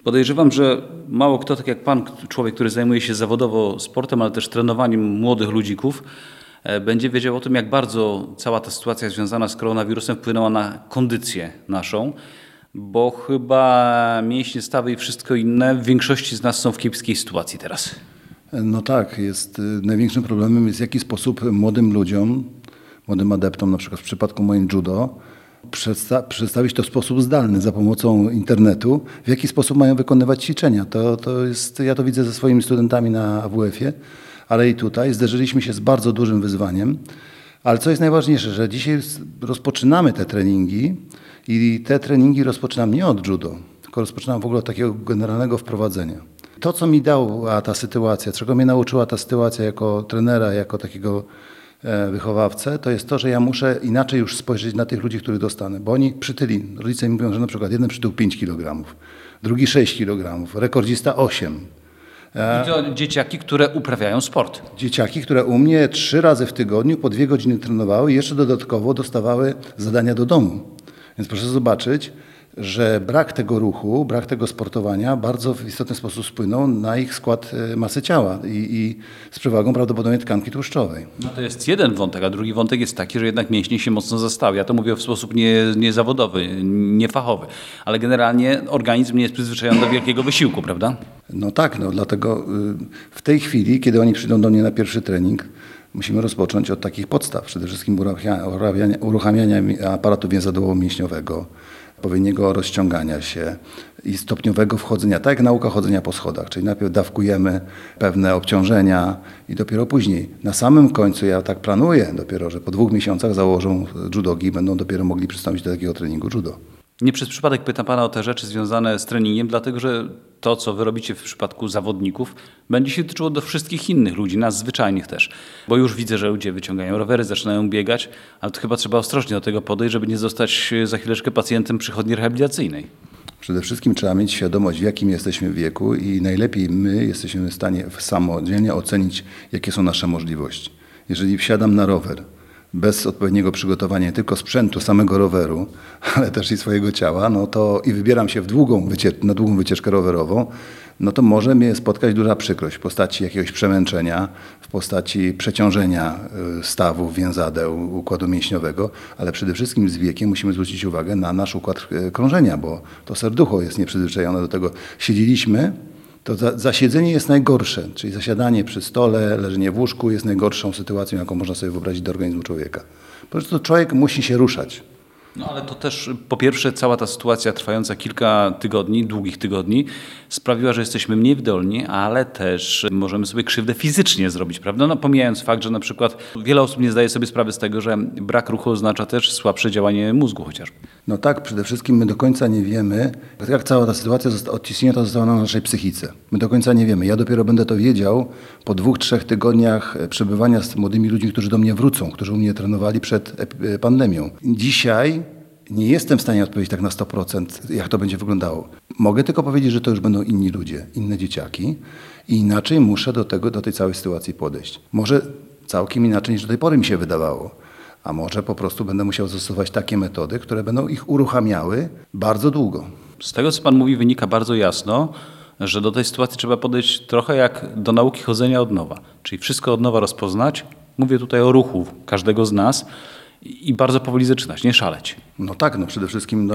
Podejrzewam, że mało kto, tak jak pan, człowiek, który zajmuje się zawodowo sportem, ale też trenowaniem młodych ludzików, będzie wiedział o tym, jak bardzo cała ta sytuacja związana z koronawirusem wpłynęła na kondycję naszą, bo chyba mięśnie stawy i wszystko inne w większości z nas są w kiepskiej sytuacji teraz. No tak, największym problemem jest w jaki sposób młodym ludziom, młodym adeptom, na przykład w przypadku moim judo, przedstawić to w sposób zdalny za pomocą internetu, w jaki sposób mają wykonywać ćwiczenia. Ja to widzę ze swoimi studentami na AWF-ie, ale i tutaj zderzyliśmy się z bardzo dużym wyzwaniem. Ale co jest najważniejsze, że dzisiaj rozpoczynamy te treningi i te treningi rozpoczynam nie od judo, tylko rozpoczynam w ogóle od takiego generalnego wprowadzenia. To, co mi dała ta sytuacja, czego mnie nauczyła ta sytuacja jako trenera, jako takiego wychowawcę, to jest to, że ja muszę inaczej już spojrzeć na tych ludzi, których dostanę, bo oni przytyli. Rodzice mi mówią, że na przykład jeden przytył 5 kg, drugi 6 kg, rekordzista 8. I to dzieciaki, które uprawiają sport. Dzieciaki, które u mnie 3 razy w tygodniu po 2 godziny trenowały i jeszcze dodatkowo dostawały zadania do domu. Więc proszę zobaczyć, że brak tego ruchu, brak tego sportowania bardzo w istotny sposób wpłynął na ich skład masy ciała i z przewagą prawdopodobnie tkanki tłuszczowej. No to jest jeden wątek, a drugi wątek jest taki, że jednak mięśnie się mocno zastały. Ja to mówię w sposób niezawodowy, niefachowy, ale generalnie organizm nie jest przyzwyczajony do wielkiego wysiłku, prawda? No tak, dlatego w tej chwili, kiedy oni przyjdą do mnie na pierwszy trening, musimy rozpocząć od takich podstaw. Przede wszystkim uruchamiania aparatu więzadołowo-mięśniowego, odpowiedniego rozciągania się i stopniowego wchodzenia, tak jak nauka chodzenia po schodach, czyli najpierw dawkujemy pewne obciążenia i dopiero później. Na samym końcu ja tak planuję dopiero, że po 2 miesiącach założą judogi i będą dopiero mogli przystąpić do takiego treningu judo. Nie przez przypadek pytam pana o te rzeczy związane z treningiem, dlatego że to, co wy robicie w przypadku zawodników, będzie się tyczyło do wszystkich innych ludzi, nas zwyczajnych też. Bo już widzę, że ludzie wyciągają rowery, zaczynają biegać, ale to chyba trzeba ostrożnie do tego podejść, żeby nie zostać za chwileczkę pacjentem przychodni rehabilitacyjnej. Przede wszystkim trzeba mieć świadomość, w jakim jesteśmy wieku i najlepiej my jesteśmy w stanie samodzielnie ocenić, jakie są nasze możliwości. Jeżeli wsiadam na rower, bez odpowiedniego przygotowania nie tylko sprzętu, samego roweru, ale też i swojego ciała, no to i wybieram się na długą wycieczkę rowerową, no to może mnie spotkać duża przykrość w postaci jakiegoś przemęczenia, w postaci przeciążenia stawów, więzadeł, układu mięśniowego, ale przede wszystkim z wiekiem musimy zwrócić uwagę na nasz układ krążenia, bo to serducho jest nieprzyzwyczajone do tego. Siedzieliśmy, to zasiedzenie jest najgorsze, czyli zasiadanie przy stole, leżenie w łóżku jest najgorszą sytuacją, jaką można sobie wyobrazić do organizmu człowieka. Po prostu człowiek musi się ruszać. No ale to też po pierwsze cała ta sytuacja trwająca kilka tygodni, długich tygodni sprawiła, że jesteśmy mniej wydolni, ale też możemy sobie krzywdę fizycznie zrobić, prawda? No pomijając fakt, że na przykład wiele osób nie zdaje sobie sprawy z tego, że brak ruchu oznacza też słabsze działanie mózgu chociażby. No tak, przede wszystkim my do końca nie wiemy, jak cała ta sytuacja odciśnięta została na naszej psychice. My do końca nie wiemy. Ja dopiero będę to wiedział po 2-3 tygodniach przebywania z młodymi ludźmi, którzy do mnie wrócą, którzy u mnie trenowali przed pandemią. Dzisiaj nie jestem w stanie odpowiedzieć tak na 100%, jak to będzie wyglądało. Mogę tylko powiedzieć, że to już będą inni ludzie, inne dzieciaki i inaczej muszę do tej całej sytuacji podejść. Może całkiem inaczej niż do tej pory mi się wydawało, a może po prostu będę musiał zastosować takie metody, które będą ich uruchamiały bardzo długo. Z tego, co pan mówi, wynika bardzo jasno, że do tej sytuacji trzeba podejść trochę jak do nauki chodzenia od nowa. Czyli wszystko od nowa rozpoznać. Mówię tutaj o ruchu każdego z nas i bardzo powoli zaczynać, nie szaleć. No tak, przede wszystkim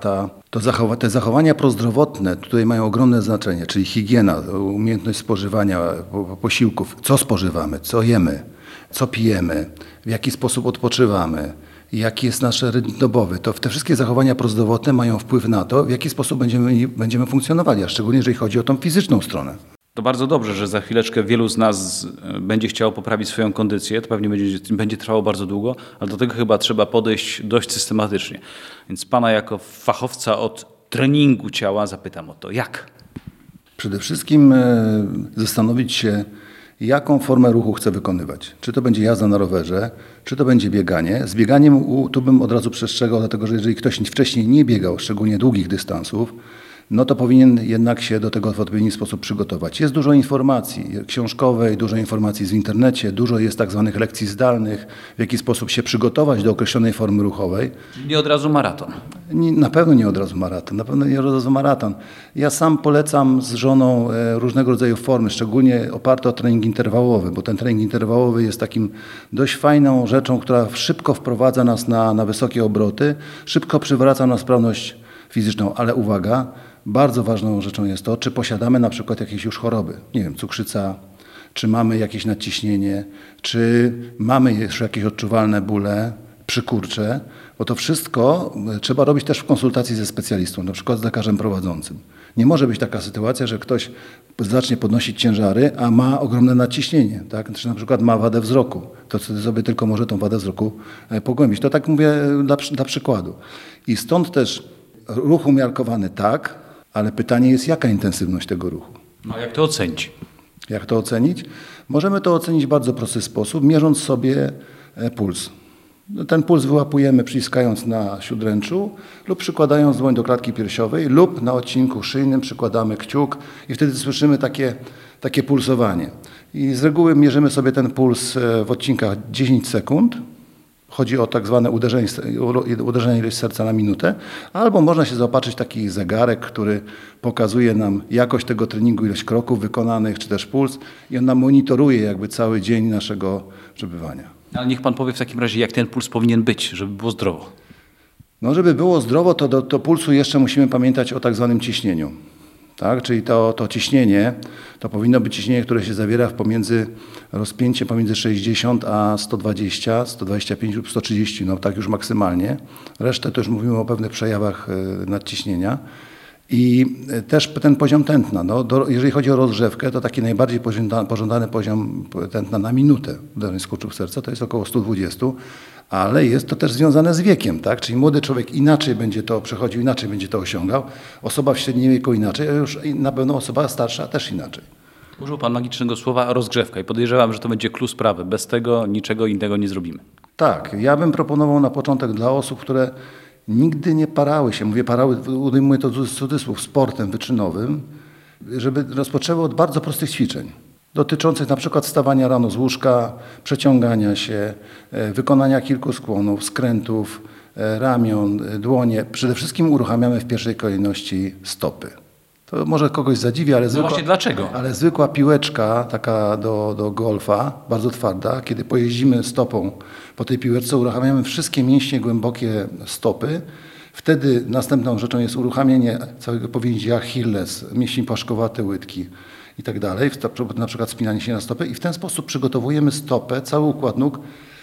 te zachowania prozdrowotne tutaj mają ogromne znaczenie, czyli higiena, umiejętność spożywania posiłków, co spożywamy, co jemy, co pijemy, w jaki sposób odpoczywamy, jaki jest nasz rytm dobowy. Te wszystkie zachowania prozdrowotne mają wpływ na to, w jaki sposób będziemy funkcjonowali, a szczególnie jeżeli chodzi o tą fizyczną stronę. To bardzo dobrze, że za chwileczkę wielu z nas będzie chciało poprawić swoją kondycję. To pewnie będzie trwało bardzo długo, ale do tego chyba trzeba podejść dość systematycznie. Więc pana jako fachowca od treningu ciała zapytam o to, jak? Przede wszystkim zastanowić się, jaką formę ruchu chcę wykonywać. Czy to będzie jazda na rowerze, czy to będzie bieganie. Z bieganiem tu bym od razu przestrzegał, dlatego że jeżeli ktoś wcześniej nie biegał, szczególnie długich dystansów, no to powinien jednak się do tego w odpowiedni sposób przygotować. Jest dużo informacji książkowej, dużo informacji w internecie, dużo jest tak zwanych lekcji zdalnych, w jaki sposób się przygotować do określonej formy ruchowej. Nie od razu maraton. Na pewno nie od razu maraton. Ja sam polecam z żoną różnego rodzaju formy, szczególnie oparte o trening interwałowy, bo ten trening interwałowy jest takim dość fajną rzeczą, która szybko wprowadza nas na wysokie obroty, szybko przywraca na sprawność fizyczną, ale uwaga, bardzo ważną rzeczą jest to, czy posiadamy na przykład jakieś już choroby, nie wiem, cukrzyca, czy mamy jakieś nadciśnienie, czy mamy już jakieś odczuwalne bóle, przykurcze, bo to wszystko trzeba robić też w konsultacji ze specjalistą, na przykład z lekarzem prowadzącym. Nie może być taka sytuacja, że ktoś zacznie podnosić ciężary, a ma ogromne nadciśnienie, tak? Czy na przykład ma wadę wzroku, to wtedy sobie tylko może tą wadę wzroku pogłębić. To tak mówię dla przykładu. I stąd też ruch umiarkowany tak, ale pytanie jest, jaka intensywność tego ruchu. No jak to ocenić? Jak to ocenić? Możemy to ocenić w bardzo prosty sposób, mierząc sobie puls. Ten puls wyłapujemy przyciskając na śródręczu lub przykładając dłoń do klatki piersiowej lub na odcinku szyjnym przykładamy kciuk i wtedy słyszymy takie pulsowanie. I z reguły mierzymy sobie ten puls w odcinkach 10 sekund. Chodzi o tak zwane uderzenie ilość serca na minutę, albo można się zaopatrzyć w taki zegarek, który pokazuje nam jakość tego treningu, ilość kroków wykonanych, czy też puls i on nam monitoruje jakby cały dzień naszego przebywania. Ale niech pan powie w takim razie, jak ten puls powinien być, żeby było zdrowo. No, żeby było zdrowo, to do pulsu jeszcze musimy pamiętać o tak zwanym ciśnieniu. Tak? Czyli to ciśnienie, to powinno być ciśnienie, które się zawiera rozpięcie pomiędzy 60 a 120, 125 lub 130, no tak już maksymalnie. Resztę to już mówimy o pewnych przejawach nadciśnienia. I też ten poziom tętna. No, jeżeli chodzi o rozgrzewkę, to taki najbardziej pożądany poziom tętna na minutę uderzeń skurczów serca to jest około 120, ale jest to też związane z wiekiem, tak? Czyli młody człowiek inaczej będzie to przechodził, inaczej będzie to osiągał, osoba w średnim wieku inaczej, a już na pewno osoba starsza też inaczej. Użył pan magicznego słowa rozgrzewka i podejrzewam, że to będzie klucz sprawy. Bez tego niczego innego nie zrobimy. Tak, ja bym proponował na początek dla osób, które nigdy nie parały się, ujmuję to cudzysłów, sportem wyczynowym, żeby rozpoczęły od bardzo prostych ćwiczeń, dotyczących na przykład wstawania rano z łóżka, przeciągania się, wykonania kilku skłonów, skrętów, ramion, dłonie. Przede wszystkim uruchamiamy w pierwszej kolejności stopy. To może kogoś zadziwi, ale właśnie dlaczego? Ale zwykła piłeczka, taka do golfa, bardzo twarda, kiedy pojeździmy stopą po tej piłeczce, uruchamiamy wszystkie mięśnie głębokie stopy. Wtedy następną rzeczą jest uruchamianie całego powięzi Achilles, mięśni paszkowate, łydki i tak dalej. Na przykład spinanie się na stopę i w ten sposób przygotowujemy stopę, cały układ nóg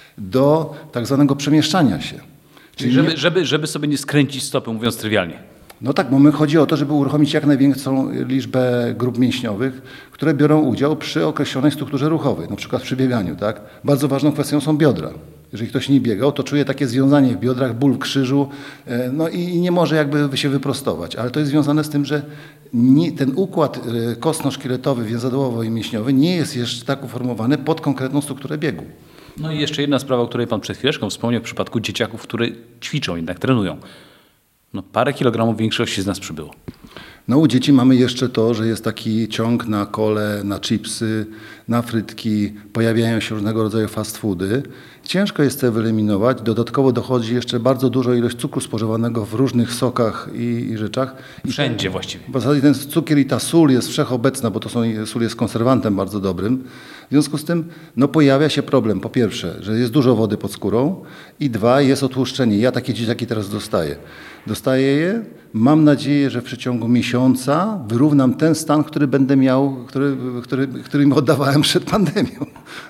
do tak zwanego przemieszczania się. Czyli żeby sobie nie skręcić stopy, mówiąc trywialnie. No tak, bo chodzi o to, żeby uruchomić jak największą liczbę grup mięśniowych, które biorą udział przy określonej strukturze ruchowej, na przykład przy bieganiu. Tak? Bardzo ważną kwestią są biodra. Jeżeli ktoś nie biegał, to czuje takie związanie w biodrach, ból w krzyżu, no i nie może jakby się wyprostować. Ale to jest związane z tym, że ten układ kostno-szkieletowy, więzadłowy i mięśniowy nie jest jeszcze tak uformowany pod konkretną strukturę biegu. No i jeszcze jedna sprawa, o której pan przed chwileczką wspomniał w przypadku dzieciaków, które ćwiczą, jednak trenują. No parę kilogramów większości z nas przybyło. No u dzieci mamy jeszcze to, że jest taki ciąg na kole, na chipsy, na frytki, pojawiają się różnego rodzaju fast foody. Ciężko jest to wyeliminować. Dodatkowo dochodzi jeszcze bardzo duża ilość cukru spożywanego w różnych sokach i rzeczach. Wszędzie właściwie. W zasadzie ten cukier i ta sól jest wszechobecna, bo sól jest konserwantem bardzo dobrym. W związku z tym pojawia się problem, po pierwsze, że jest dużo wody pod skórą i dwa, jest otłuszczenie. Ja takie dzieciaki teraz dostaję. Dostaję je, mam nadzieję, że w przeciągu miesiąca wyrównam ten stan, który będę miał, który im oddawałem przed pandemią.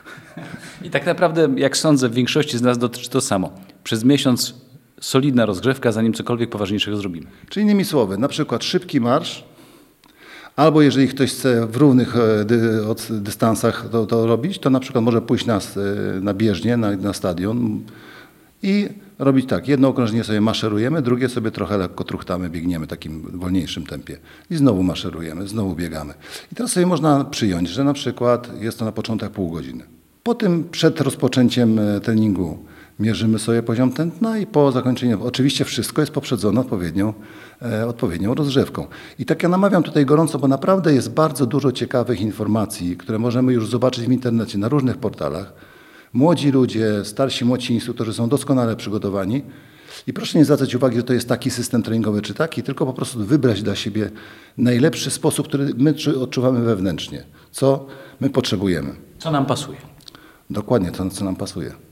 I tak naprawdę, jak sądzę, w większości z nas dotyczy to samo. Przez miesiąc solidna rozgrzewka, zanim cokolwiek poważniejszego zrobimy. Czyli innymi słowy, na przykład szybki marsz, albo jeżeli ktoś chce w równych dystansach to robić, to na przykład może pójść na bieżnię, na stadion i robić tak. Jedno okrążenie sobie maszerujemy, drugie sobie trochę lekko truchtamy, biegniemy w takim wolniejszym tempie. I znowu maszerujemy, znowu biegamy. I teraz sobie można przyjąć, że na przykład jest to na początek pół godziny. Po tym przed rozpoczęciem treningu Mierzymy sobie poziom tętna i po zakończeniu, oczywiście wszystko jest poprzedzone odpowiednią rozgrzewką. I tak ja namawiam tutaj gorąco, bo naprawdę jest bardzo dużo ciekawych informacji, które możemy już zobaczyć w internecie, na różnych portalach. Młodzi ludzie, starsi, młodsi instruktorzy są doskonale przygotowani. I proszę nie zwracać uwagi, że to jest taki system treningowy czy taki, tylko po prostu wybrać dla siebie najlepszy sposób, który my odczuwamy wewnętrznie, co my potrzebujemy. Co nam pasuje? Dokładnie to, co nam pasuje.